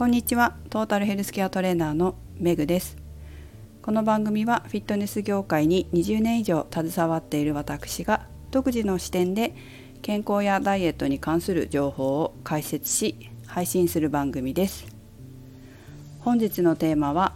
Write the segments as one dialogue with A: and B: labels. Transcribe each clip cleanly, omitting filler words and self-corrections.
A: こんにちは。トータルヘルスケアトレーナーのメグです。この番組はフィットネス業界に20年以上携わっている私が独自の視点で健康やダイエットに関する情報を解説し配信する番組です。本日のテーマは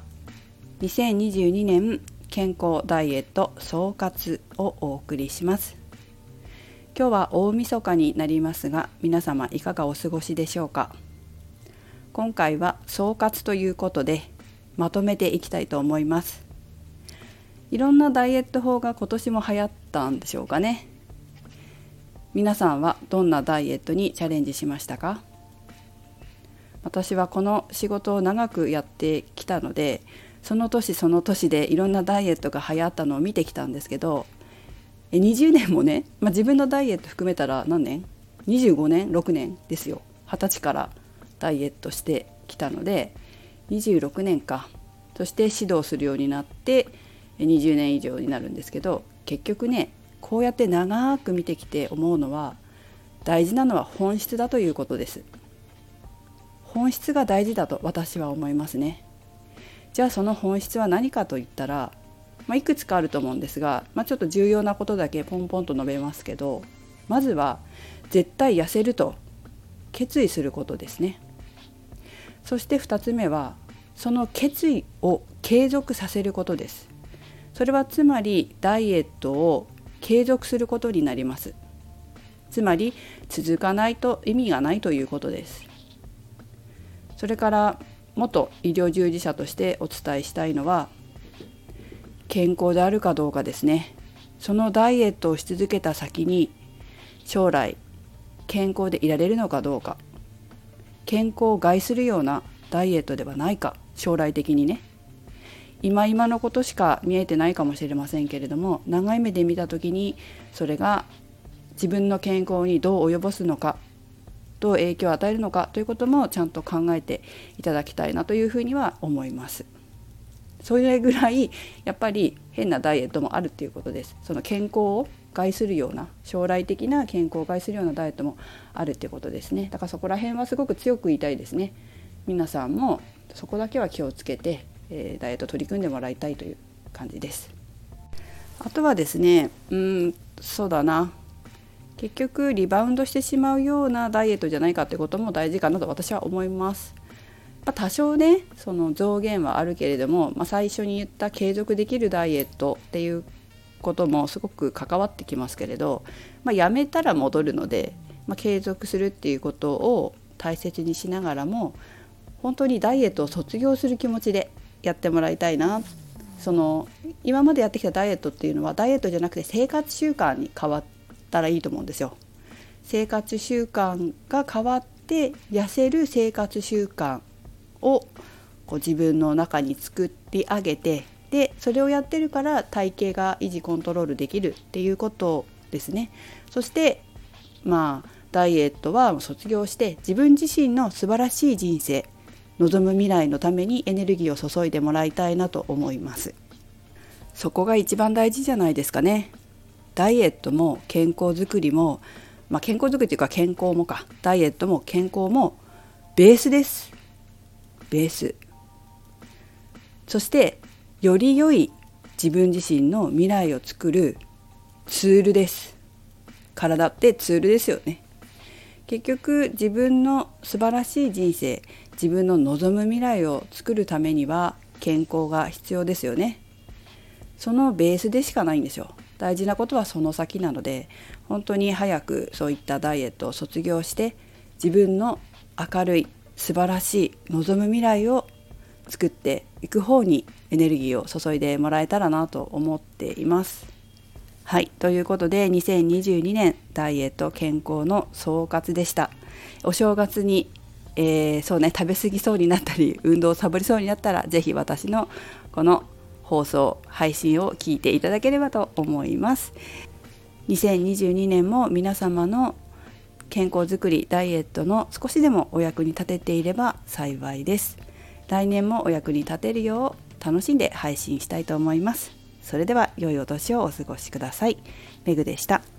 A: 2022年健康ダイエット総括をお送りします。今日は大晦日になりますが、皆様いかがお過ごしでしょうか。今回は総括ということでまとめていきたいと思います。いろんなダイエット法が今年も流行ったんでしょうかね。皆さんはどんなダイエットにチャレンジしましたか？私はこの仕事を長くやってきたので、その年その年でいろんなダイエットが流行ったのを見てきたんですけど、20年もね、自分のダイエット含めたら何年 ?25 年6年ですよ。20歳からダイエットしてきたので26年か。そして指導するようになって20年以上になるんですけど、結局ね、こうやって長く見てきて思うのは、大事なのは本質だということです。本質が大事だと私は思いますね。じゃあその本質は何かといったら、いくつかあると思うんですが、ちょっと重要なことだけポンポンと述べますけど、まずは絶対痩せると決意することですね。そして2つ目はその決意を継続させることです。それはつまりダイエットを継続することになります。つまり続かないと意味がないということです。それから元医療従事者としてお伝えしたいのは、健康であるかどうかですね。そのダイエットをし続けた先に将来健康でいられるのかどうか、健康を害するようなダイエットではないか、将来的にね。今のことしか見えてないかもしれませんけれども、長い目で見た時にそれが自分の健康にどう及ぼすのか、どう影響を与えるのかということもちゃんと考えていただきたいなというふうには思います。それぐらいやっぱり変なダイエットもあるということです。その健康を害するような、将来的な健康を害するようなダイエットもあるということですね。だからそこら辺はすごく強く言いたいですね。皆さんもそこだけは気をつけて、ダイエット取り組んでもらいたいという感じです。あとはですね、そうだな、結局リバウンドしてしまうようなダイエットじゃないかということも大事かなと私は思います。多少ね、その増減はあるけれども、最初に言った継続できるダイエットっていうこともすごく関わってきますけれど、やめたら戻るので、継続するっていうことを大切にしながらも、本当にダイエットを卒業する気持ちでやってもらいたいな。その今までやってきたダイエットっていうのはダイエットじゃなくて生活習慣に変わったらいいと思うんですよ。生活習慣が変わって痩せる生活習慣を自分の中に作り上げて、でそれをやってるから体型が維持コントロールできるっていうことですね。そしてダイエットは卒業して自分自身の素晴らしい人生、望む未来のためにエネルギーを注いでもらいたいなと思います。そこが一番大事じゃないですかね。ダイエットも健康づくりも、健康づくりというか健康もか、ダイエットも健康もベースです。ベース。そしてより良い自分自身の未来を作るツールです。体ってツールですよね。結局自分の素晴らしい人生、自分の望む未来を作るためには健康が必要ですよね。そのベースでしかないんですよ。大事なことはその先なので、本当に早くそういったダイエットを卒業して自分の明るい素晴らしい望む未来を作っていく方にエネルギーを注いでもらえたらなと思っています。はい、ということで2022年ダイエット健康の総括でした。お正月に、食べ過ぎそうになったり運動をサボりそうになったら、ぜひ私のこの放送配信を聞いていただければと思います。2022年も皆様の健康づくり、ダイエットの少しでもお役に立てていれば幸いです。来年もお役に立てるよう楽しんで配信したいと思います。それでは良いお年をお過ごしください。メグでした。